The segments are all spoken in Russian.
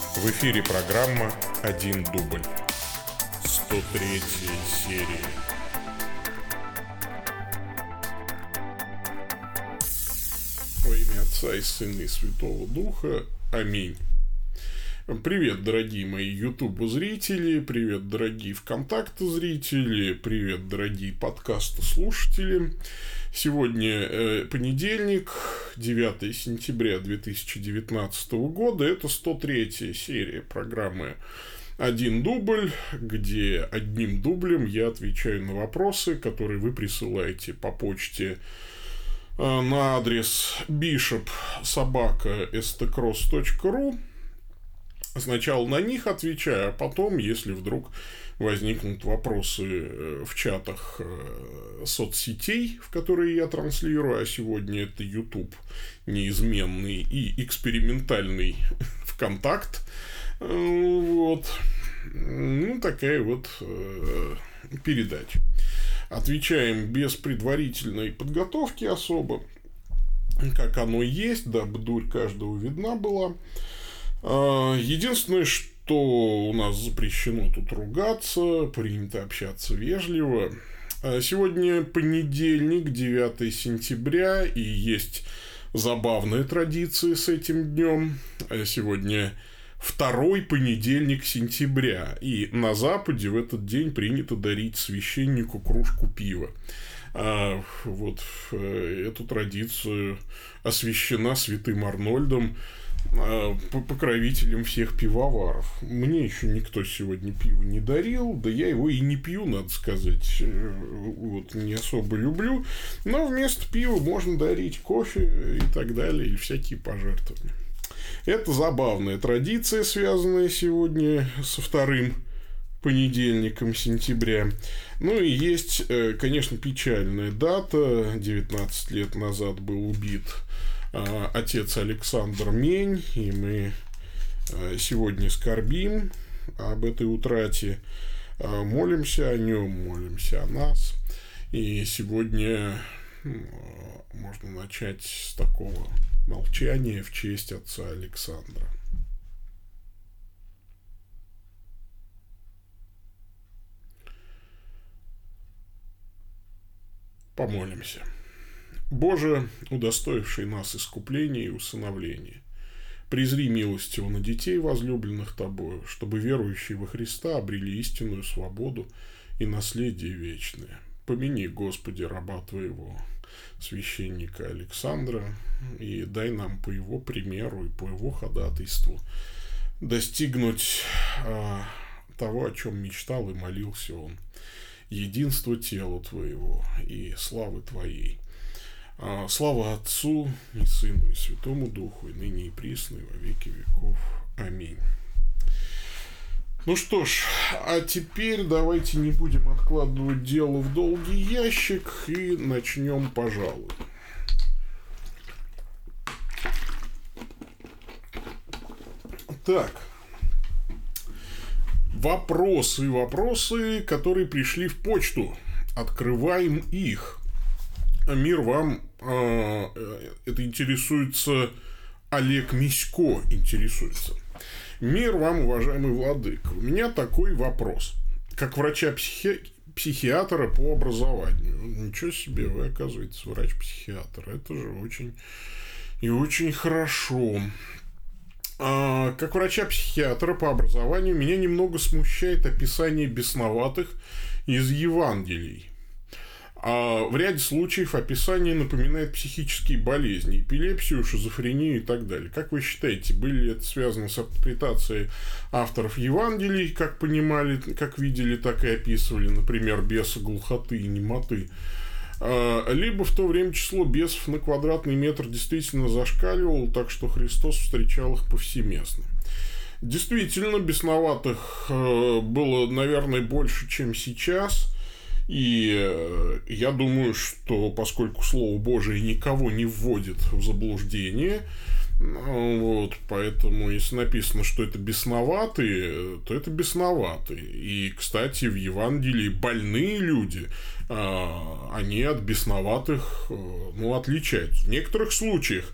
В эфире программа «Один дубль». 103 серия. Во имя Отца и Сына и Святого Духа. Аминь. Привет, дорогие мои YouTube-зрители, привет, дорогие ВКонтакте-зрители, привет, дорогие подкасты-слушатели. Сегодня понедельник, 9 сентября 2019 года. Это 103 серия программы «Один дубль», где одним дублем я отвечаю на вопросы, которые вы присылаете по почте на адрес bishop@stcross.ru. Сначала на них отвечаю, а потом, если вдруг возникнут вопросы в чатах соцсетей, в которые я транслирую, а сегодня это YouTube неизменный и экспериментальный ВКонтакт, вот, такая вот передача. Отвечаем без предварительной подготовки особо, как оно есть, дабы дурь каждого видна была. Единственное, что у нас запрещено тут ругаться, принято общаться вежливо. Сегодня понедельник, 9 сентября, и есть забавная традиция с этим днем. Сегодня второй понедельник сентября, и на Западе в этот день принято дарить священнику кружку пива. Вот эту традицию освящена святым Арнольдом, покровителем всех пивоваров. Мне еще никто сегодня пиво не дарил, да я его и не пью, надо сказать. Вот, не особо люблю. Но вместо пива можно дарить кофе и так далее, или всякие пожертвования. Это забавная традиция, связанная сегодня со вторым понедельником сентября. Ну и есть, конечно, печальная дата. 19 лет назад был убит отец Александр Мень, и мы сегодня скорбим об этой утрате, молимся о нем, молимся о нас. И сегодня можно начать с такого молчания в честь отца Александра. Помолимся. Боже, удостоивший нас искупления и усыновления, презри милостиво на детей, возлюбленных Тобою, чтобы верующие во Христа обрели истинную свободу и наследие вечное. Помяни, Господи, раба Твоего, священника Александра, и дай нам по его примеру и по его ходатайству достигнуть того, о чем мечтал и молился он, единства тела Твоего и славы Твоей. Слава Отцу и Сыну и Святому Духу, и ныне и присно, и во веки веков. Аминь. Ну что ж, а теперь давайте не будем откладывать дело в долгий ящик и начнем, пожалуй. Так. Вопросы, которые пришли в почту. Открываем их. Мир вам, это интересуется Олег Мисько, интересуется. Мир вам, уважаемый владыка. У меня такой вопрос. Как врача-психиатра по образованию. Ничего себе, вы, оказывается, врач-психиатр. Это же очень и очень хорошо. Как врача-психиатра по образованию меня немного смущает описание бесноватых из Евангелий. В ряде случаев описание напоминает психические болезни, эпилепсию, шизофрению и так далее. Как вы считаете, были ли это связано с интерпретацией авторов Евангелий, как понимали, как видели, так и описывали, например, беса глухоты и немоты? Либо в то время число бесов на квадратный метр действительно зашкаливало, так что Христос встречал их повсеместно. Действительно, бесноватых было, наверное, больше, чем сейчас. И я думаю, что поскольку Слово Божие никого не вводит в заблуждение, вот, поэтому если написано, что это бесноватые, то это бесноватые. И, кстати, в Евангелии больные люди, они от бесноватых, отличаются. В некоторых случаях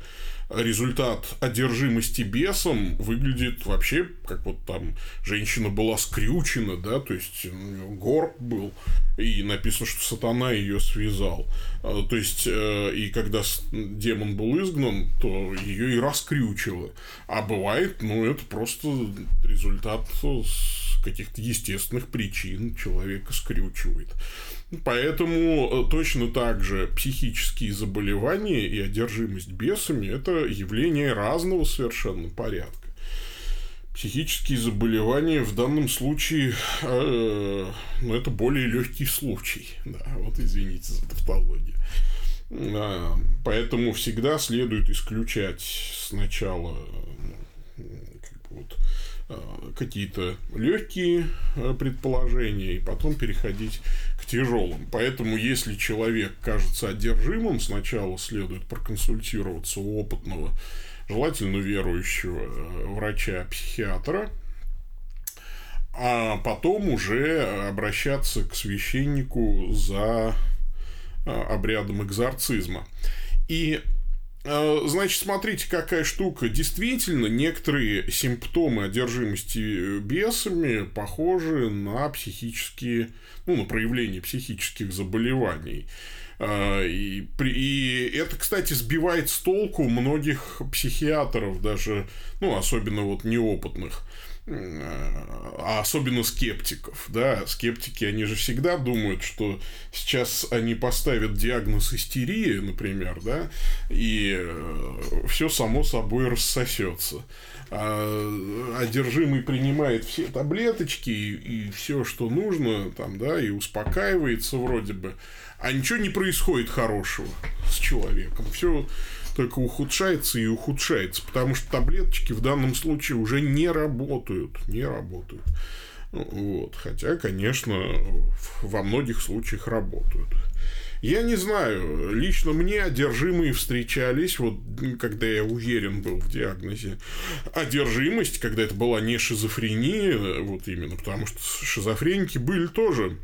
результат одержимости бесом выглядит вообще, как вот там женщина была скрючена, да, то есть горб был, и написано, что сатана ее связал. То есть, и когда демон был изгнан, то ее и раскрючило. А бывает, ну, это просто результат каких-то естественных причин человека скрючивает. Поэтому точно так же психические заболевания и одержимость бесами – это явление разного совершенно порядка. Психические заболевания в данном случае, ну, это более легкий случай. Да, вот извините за тавтологию. Поэтому всегда следует исключать сначала какие-то легкие предположения и потом переходить к тяжелым. Поэтому, если человек кажется одержимым, сначала следует проконсультироваться у опытного, желательно верующего врача-психиатра, а потом уже обращаться к священнику за обрядом экзорцизма. И значит, смотрите, какая штука. Действительно, некоторые симптомы одержимости бесами похожи на психические, ну, на проявление психических заболеваний. И это, кстати, сбивает с толку многих психиатров, даже, ну, особенно вот неопытных, а особенно скептиков, да, скептики, они же всегда думают, что сейчас они поставят диагноз истерии, например, да, и все само собой рассосется. А одержимый принимает все таблеточки и все, что нужно, там, да, и успокаивается вроде бы, а ничего не происходит хорошего с человеком, все только ухудшается и ухудшается, потому что таблеточки в данном случае уже не работают. Вот. Хотя, конечно, во многих случаях работают. Я не знаю, лично мне одержимые встречались, вот когда я уверен был в диагнозе одержимость, когда это была не шизофрения, вот именно, потому что шизофреники были тоже,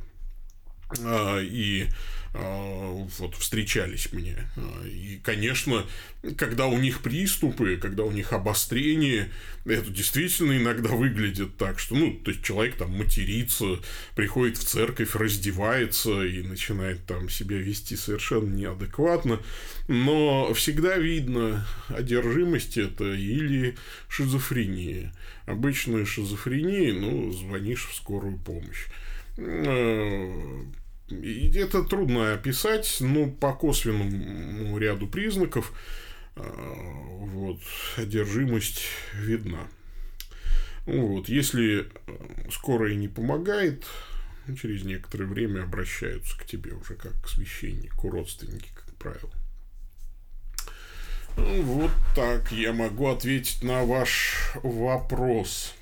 и вот встречались мне. И, конечно, когда у них приступы, когда у них обострение, это действительно иногда выглядит так, что, ну, то есть человек там матерится, приходит в церковь, раздевается и начинает там себя вести совершенно неадекватно, но всегда видно, одержимость это или шизофрения. Обычная шизофрения, ну, звонишь в скорую помощь. И это трудно описать, но по косвенному ряду признаков вот, одержимость видна. Вот, если скорая не помогает, через некоторое время обращаются к тебе уже как к священнику, родственники, как правило. Вот так я могу ответить на ваш вопрос.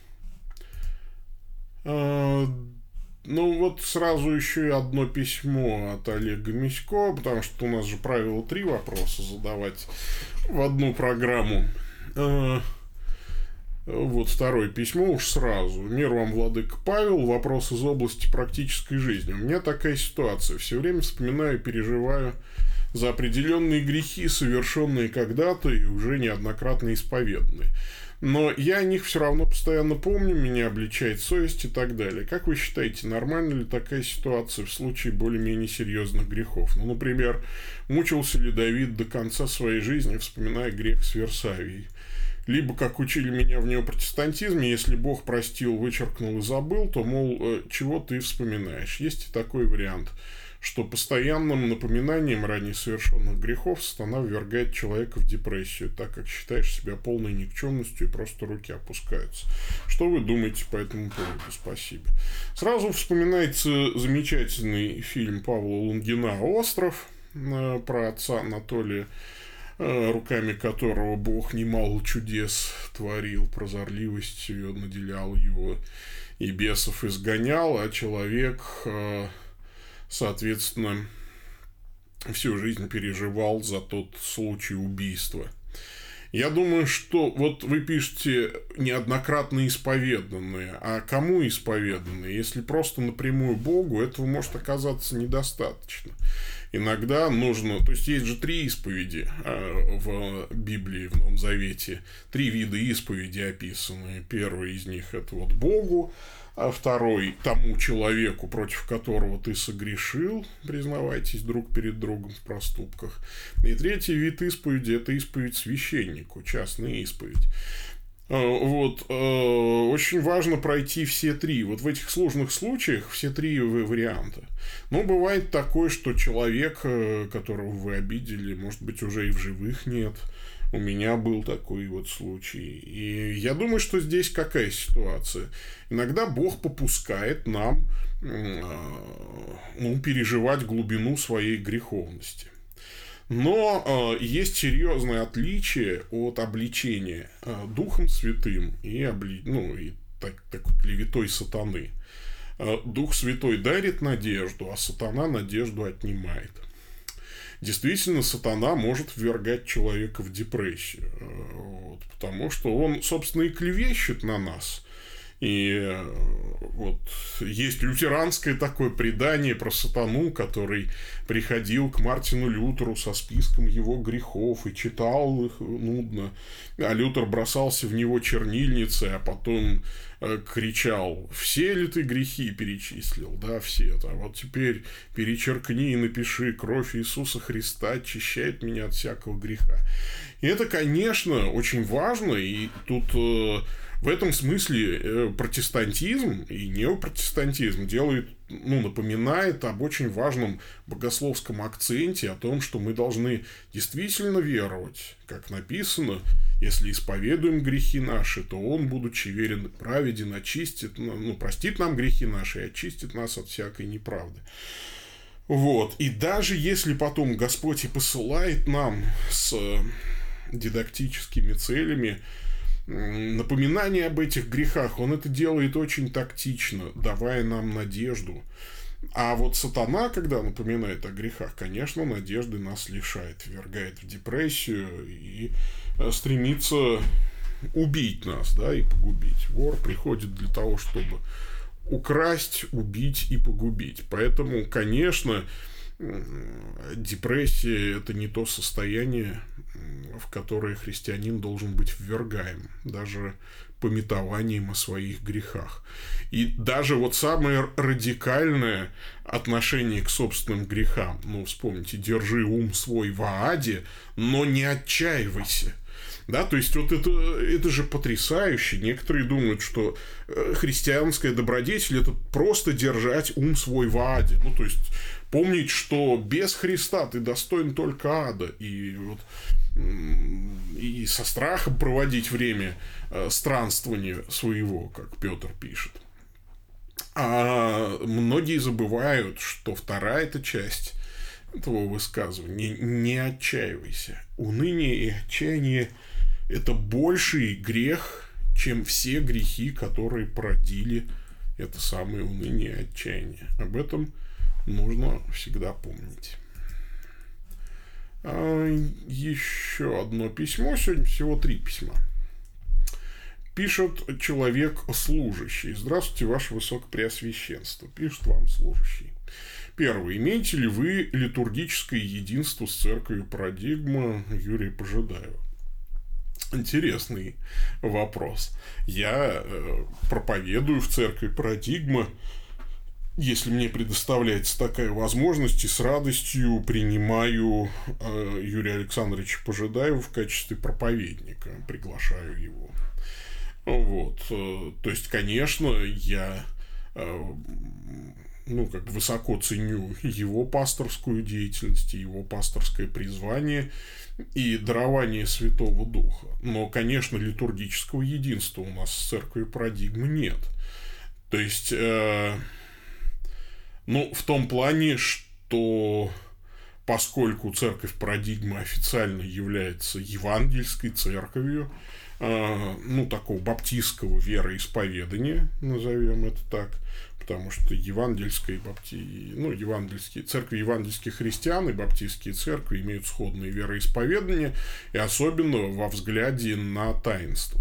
Ну, вот сразу еще и одно письмо от Олега Мисько, потому что у нас же правило 3 вопроса задавать в одну программу. Вот второе письмо уж сразу. Мир вам, владыка Павел, вопрос из области практической жизни. У меня такая ситуация. Все время вспоминаю и переживаю за определенные грехи, совершенные когда-то и уже неоднократно исповеданные. Но я о них все равно постоянно помню, меня обличает совесть и так далее. Как вы считаете, нормальна ли такая ситуация в случае более-менее серьезных грехов? Ну, например, мучился ли Давид до конца своей жизни, вспоминая грех с Версавией? Либо, как учили меня в неопротестантизме, если Бог простил, вычеркнул и забыл, то, мол, чего ты вспоминаешь? Есть и такой вариант, что постоянным напоминанием ранее совершенных грехов сатана ввергает человека в депрессию, так как считаешь себя полной никчемностью и просто руки опускаются. Что вы думаете по этому поводу? Спасибо. Сразу вспоминается замечательный фильм Павла Лунгина «Остров» про отца Анатолия, руками которого Бог немало чудес творил, прозорливостью наделял его и бесов изгонял, а человек, соответственно, всю жизнь переживал за тот случай убийства. Я думаю, что вот вы пишете неоднократно исповеданные, а кому исповеданные? Если просто напрямую Богу, этого может оказаться недостаточно. Иногда нужно... То есть, есть же 3 исповеди в Библии, в Новом Завете. 3 вида исповеди описаны. Первый из них – это вот Богу, а второй – тому человеку, против которого ты согрешил, признавайтесь друг перед другом в проступках. И третий вид исповеди – это исповедь священнику, частная исповедь. Вот, очень важно пройти все 3. Вот в этих сложных случаях все 3 варианта. Но бывает такое, что человек, которого вы обидели, может быть, уже и в живых нет. У меня был такой вот случай. И я думаю, что здесь какая ситуация? Иногда Бог попускает нам переживать глубину своей греховности. Но есть серьезное отличие от обличения Духом Святым и клеветой сатаны. Дух Святой дарит надежду, а сатана надежду отнимает. Действительно, сатана может ввергать человека в депрессию, потому что он, собственно, и клевещет на нас. И вот есть лютеранское такое предание про сатану, который приходил к Мартину Лютеру со списком его грехов и читал их нудно, а Лютер бросался в него чернильницей, а потом кричал: все ли ты грехи перечислил? Да, все. А вот теперь перечеркни и напиши: кровь Иисуса Христа очищает меня от всякого греха. И это, конечно, очень важно, и тут в этом смысле протестантизм и неопротестантизм напоминает об очень важном богословском акценте, о том, что мы должны действительно веровать, как написано: если исповедуем грехи наши, то Он, будучи верен и праведен, простит нам грехи наши и очистит нас от всякой неправды. Вот. И даже если потом Господь и посылает нам с дидактическими целями напоминание об этих грехах, он это делает очень тактично, давая нам надежду. А вот сатана, когда напоминает о грехах, конечно, надежды нас лишает, ввергает в депрессию и стремится убить нас, да, и погубить. Вор приходит для того, чтобы украсть, убить и погубить. Поэтому, конечно, депрессия – это не то состояние, в которое христианин должен быть ввергаем, даже памятованием о своих грехах. И даже вот самое радикальное отношение к собственным грехам, вспомните: держи ум свой в ааде, но не отчаивайся. Да, то есть, вот это же потрясающе. Некоторые думают, что христианская добродетель – это просто держать ум свой в ааде. То есть, помнить, что без Христа ты достоин только ада. И со страхом проводить время странствования своего, как Петр пишет. А многие забывают, что вторая эта часть этого высказывания: не отчаивайся. Уныние и отчаяние – это больший грех, чем все грехи, которые породили это самое уныние и отчаяние. Об этом нужно всегда помнить. Еще одно письмо. Сегодня всего 3 письма. Пишет человек служащий: здравствуйте, ваше высокопреосвященство. Пишет вам служащий. Первое. Имеете ли вы литургическое единство с церковью Парадигма Юрия Пожидаева? Интересный вопрос. Я проповедую в церкви Парадигма, если мне предоставляется такая возможность, и с радостью принимаю Юрия Александровича Пожидаева в качестве проповедника, приглашаю его. Вот. То есть, конечно, я высоко ценю его пасторскую деятельность, его пасторское призвание и дарование Святого Духа. Но, конечно, литургического единства у нас с церковью Парадигмы нет. То есть, в том плане, что поскольку церковь Парадигмы официально является евангельской церковью, такого баптистского вероисповедания, назовем это так, потому что церкви евангельских христиан и баптистские церкви имеют сходные вероисповедания, и особенно во взгляде на таинство.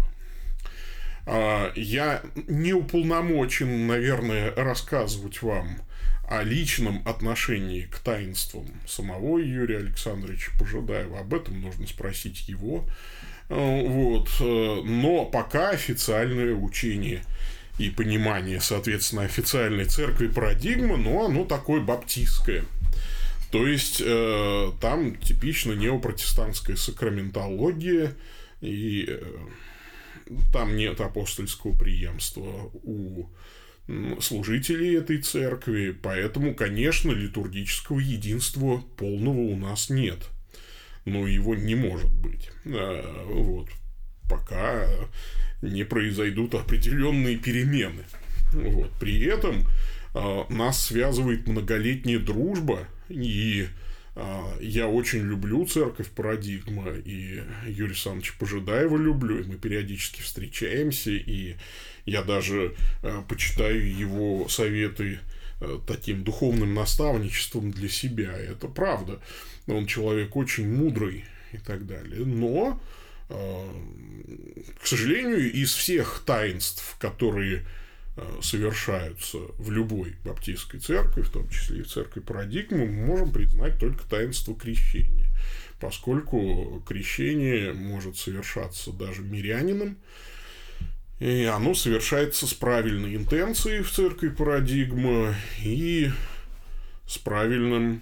Я не уполномочен, наверное, рассказывать вам о личном отношении к таинствам самого Юрия Александровича Пожидаева. Об этом нужно спросить его. Вот. Но пока официальное учение и понимание, соответственно, официальной церкви парадигмы, но оно такое баптистское. То есть, там типично неопротестантская сакраментология, и там нет апостольского преемства у служителей этой церкви, поэтому, конечно, литургического единства полного у нас нет. Но его не может быть. Вот. Пока не произойдут определенные перемены. Вот. При этом нас связывает многолетняя дружба, и я очень люблю церковь парадигма, и Юрия Александровича Пожидаева люблю, и мы периодически встречаемся, и я даже почитаю его советы таким духовным наставничеством для себя. Это правда. Он человек очень мудрый и так далее. Но, к сожалению, из всех таинств, которые совершаются в любой баптистской церкви, в том числе и в церкви парадигмы, мы можем признать только таинство крещения, поскольку крещение может совершаться даже мирянином, и оно совершается с правильной интенцией в церкви парадигма и с правильным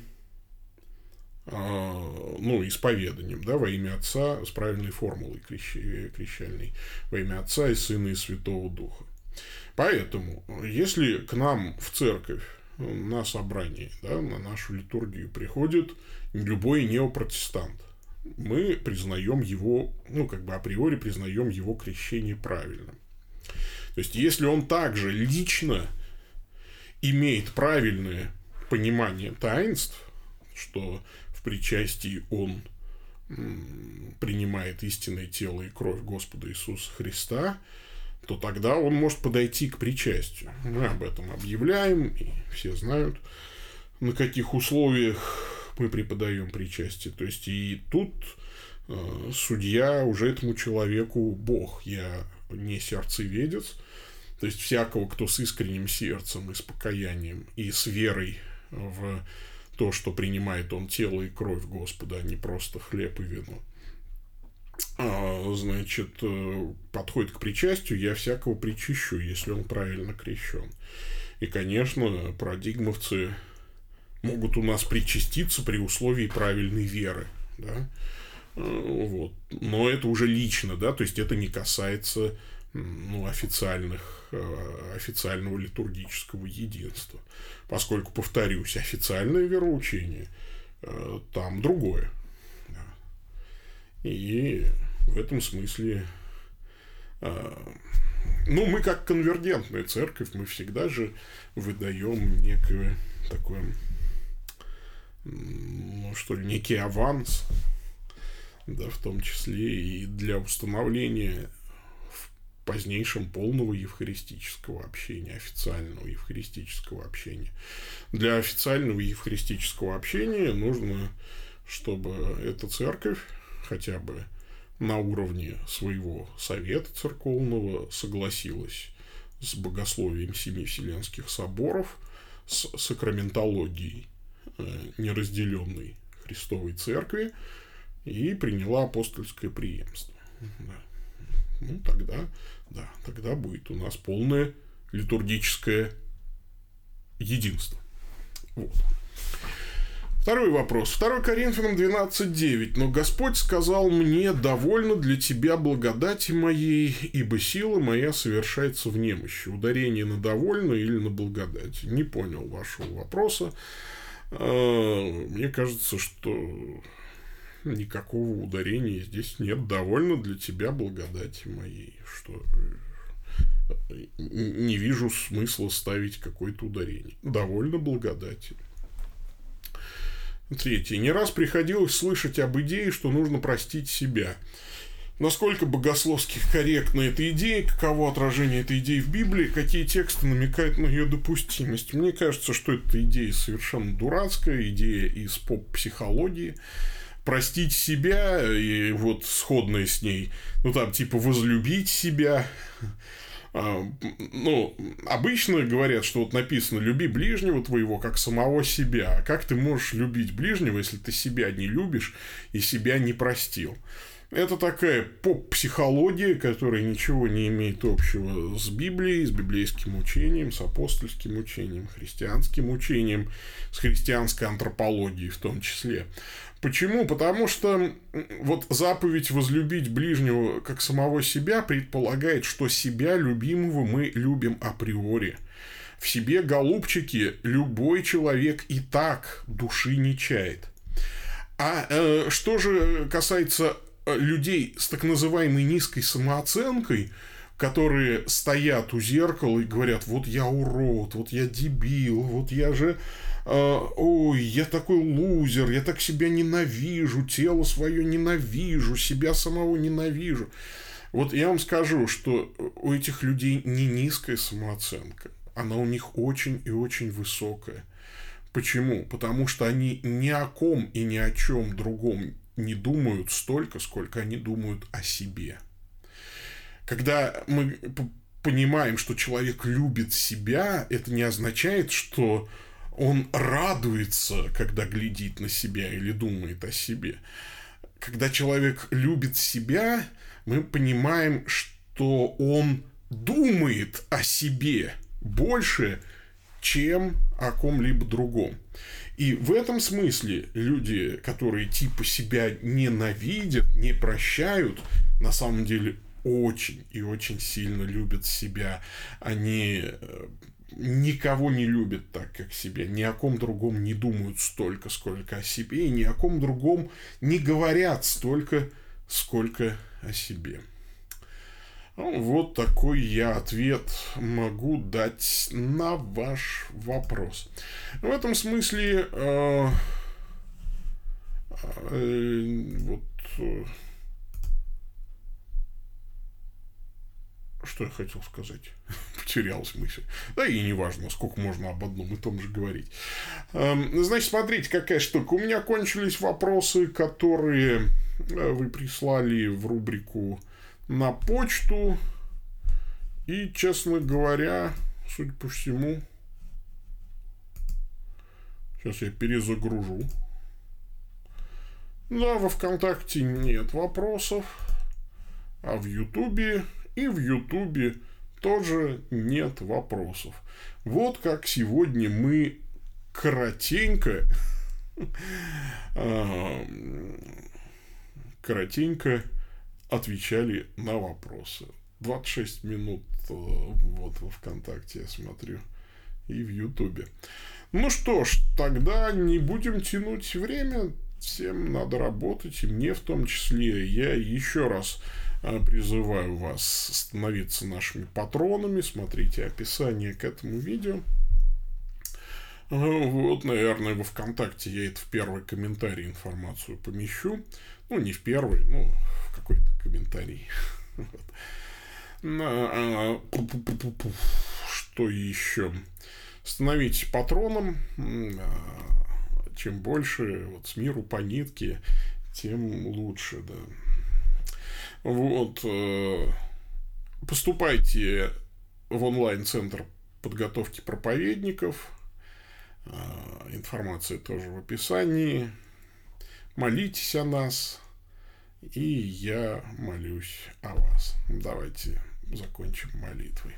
исповеданием, да, во имя Отца, с правильной формулой крещальной, во имя Отца и Сына и Святого Духа. Поэтому, если к нам в церковь на собрание, да, на нашу литургию приходит любой неопротестант, мы признаем его, априори признаем его крещение правильным. То есть, если он также лично имеет правильное понимание таинств, что в причастии он принимает истинное тело и кровь Господа Иисуса Христа, то тогда он может подойти к причастию. Мы об этом объявляем, и все знают, на каких условиях мы преподаем причастие. То есть, и тут судья уже этому человеку Бог. Я не сердцеведец. То есть, всякого, кто с искренним сердцем и с покаянием, и с верой в то, что принимает он тело и кровь Господа, а не просто хлеб и вино, подходит к причастию, я всякого причащу, если он правильно крещен. И, конечно, парадигмовцы могут у нас причаститься при условии правильной веры, да? Вот. Но это уже лично, да, то есть это не касается официального литургического единства, поскольку, повторюсь, официальное вероучение там другое. И в этом смысле, мы как конвергентная церковь, мы всегда же выдаем некое такое, некий аванс, да, в том числе и для установления в позднейшем полного евхаристического общения, официального евхаристического общения. Для официального евхаристического общения нужно, чтобы эта церковь хотя бы на уровне своего совета церковного согласилась с богословием Семи Вселенских соборов, с сакраментологией неразделенной Христовой Церкви и приняла апостольское преемство. Да. Тогда будет у нас полное литургическое единство. Вот. Второй вопрос. 2 Коринфянам 12:9. «Но Господь сказал мне: довольно для тебя благодати моей, ибо сила моя совершается в немощи». Ударение на «довольно» или на «благодати»? Не понял вашего вопроса. Мне кажется, что никакого ударения здесь нет. «Довольно для тебя благодати моей». Что не вижу смысла ставить какое-то ударение. «Довольно благодати». Третье. Не раз приходилось слышать об идее, что нужно простить себя. Насколько богословски корректна эта идея, каково отражение этой идеи в Библии, какие тексты намекают на ее допустимость. Мне кажется, что эта идея совершенно дурацкая, идея из поп-психологии. Простить себя и вот сходное с ней, возлюбить себя. Ну, обычно говорят, что вот написано «люби ближнего твоего, как самого себя». А как ты можешь любить ближнего, если ты себя не любишь и себя не простил? Это такая поп-психология, которая ничего не имеет общего с Библией, с библейским учением, с апостольским учением, христианским учением, с христианской антропологией в том числе. Почему? Потому что вот заповедь возлюбить ближнего как самого себя предполагает, что себя любимого мы любим априори. В себе, голубчики, любой человек и так души не чает. А что же касается людей с так называемой низкой самооценкой, которые стоят у зеркала и говорят: вот я урод, вот я дебил, вот я же, ой, я такой лузер, я так себя ненавижу, тело свое ненавижу, себя самого ненавижу. Вот я вам скажу, что у этих людей не низкая самооценка, она у них очень и очень высокая. Почему? Потому что они ни о ком и ни о чем другом не думают столько, сколько они думают о себе. Когда мы понимаем, что человек любит себя, это не означает, что он радуется, когда глядит на себя или думает о себе. Когда человек любит себя, мы понимаем, что он думает о себе больше, чем о ком-либо другом. И в этом смысле люди, которые типа себя ненавидят, не прощают, на самом деле очень и очень сильно любят себя. Они никого не любят так, как себя, ни о ком другом не думают столько, сколько о себе, и ни о ком другом не говорят столько, сколько о себе. Ну, вот такой я ответ могу дать на ваш вопрос. В этом смысле что я хотел сказать? Потерялась мысль. Да и не важно, сколько можно об одном и том же говорить. Значит, смотрите, какая штука. У меня кончились вопросы, которые вы прислали в рубрику на почту. И, честно говоря, судя по всему, сейчас я перезагружу. Да, во ВКонтакте нет вопросов, а в Ютубе тоже нет вопросов. Вот как сегодня мы коротенько отвечали на вопросы. 26 минут вот во ВКонтакте я смотрю и в Ютубе. Ну что ж, тогда не будем тянуть время. Всем надо работать, и мне в том числе. Я еще раз призываю вас становиться нашими патронами. Смотрите описание к этому видео. Вот, наверное, во ВКонтакте я это в первый комментарий информацию помещу. Ну, не в первый, но в какой-то комментарий. Что еще? Становитесь патроном. Чем больше вот с миру по нитке, тем лучше, да. Вот. Поступайте в онлайн-центр подготовки проповедников. Информация тоже в описании. Молитесь о нас. И я молюсь о вас. Давайте закончим молитвой.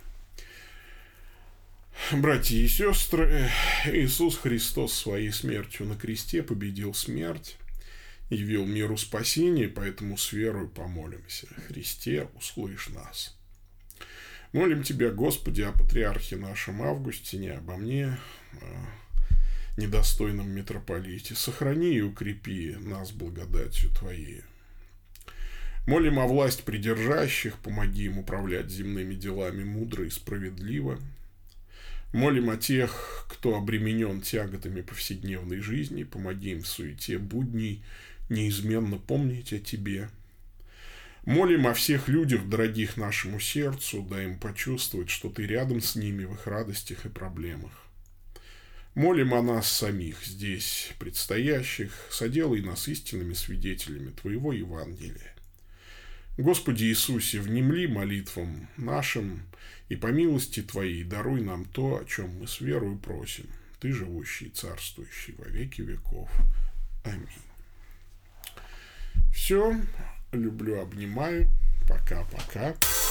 Братья и сестры, Иисус Христос своей смертью на кресте победил смерть, явил миру спасение, поэтому с верой помолимся. Христе, услышь нас. Молим Тебя, Господи, о патриархе нашем Августине, обо мне, недостойном митрополите. Сохрани и укрепи нас благодатью Твоей. Молим о власть придержащих, помоги им управлять земными делами мудро и справедливо. Молим о тех, кто обременен тяготами повседневной жизни, помоги им в суете будней неизменно помнить о Тебе. Молим о всех людях, дорогих нашему сердцу, дай им почувствовать, что Ты рядом с ними в их радостях и проблемах. Молим о нас самих, здесь предстоящих, соделай нас истинными свидетелями Твоего Евангелия. Господи Иисусе, внемли молитвам нашим, и по милости Твоей даруй нам то, о чем мы с верою просим. Ты живущий и царствующий во веки веков. Аминь. Все. Люблю, обнимаю. Пока-пока.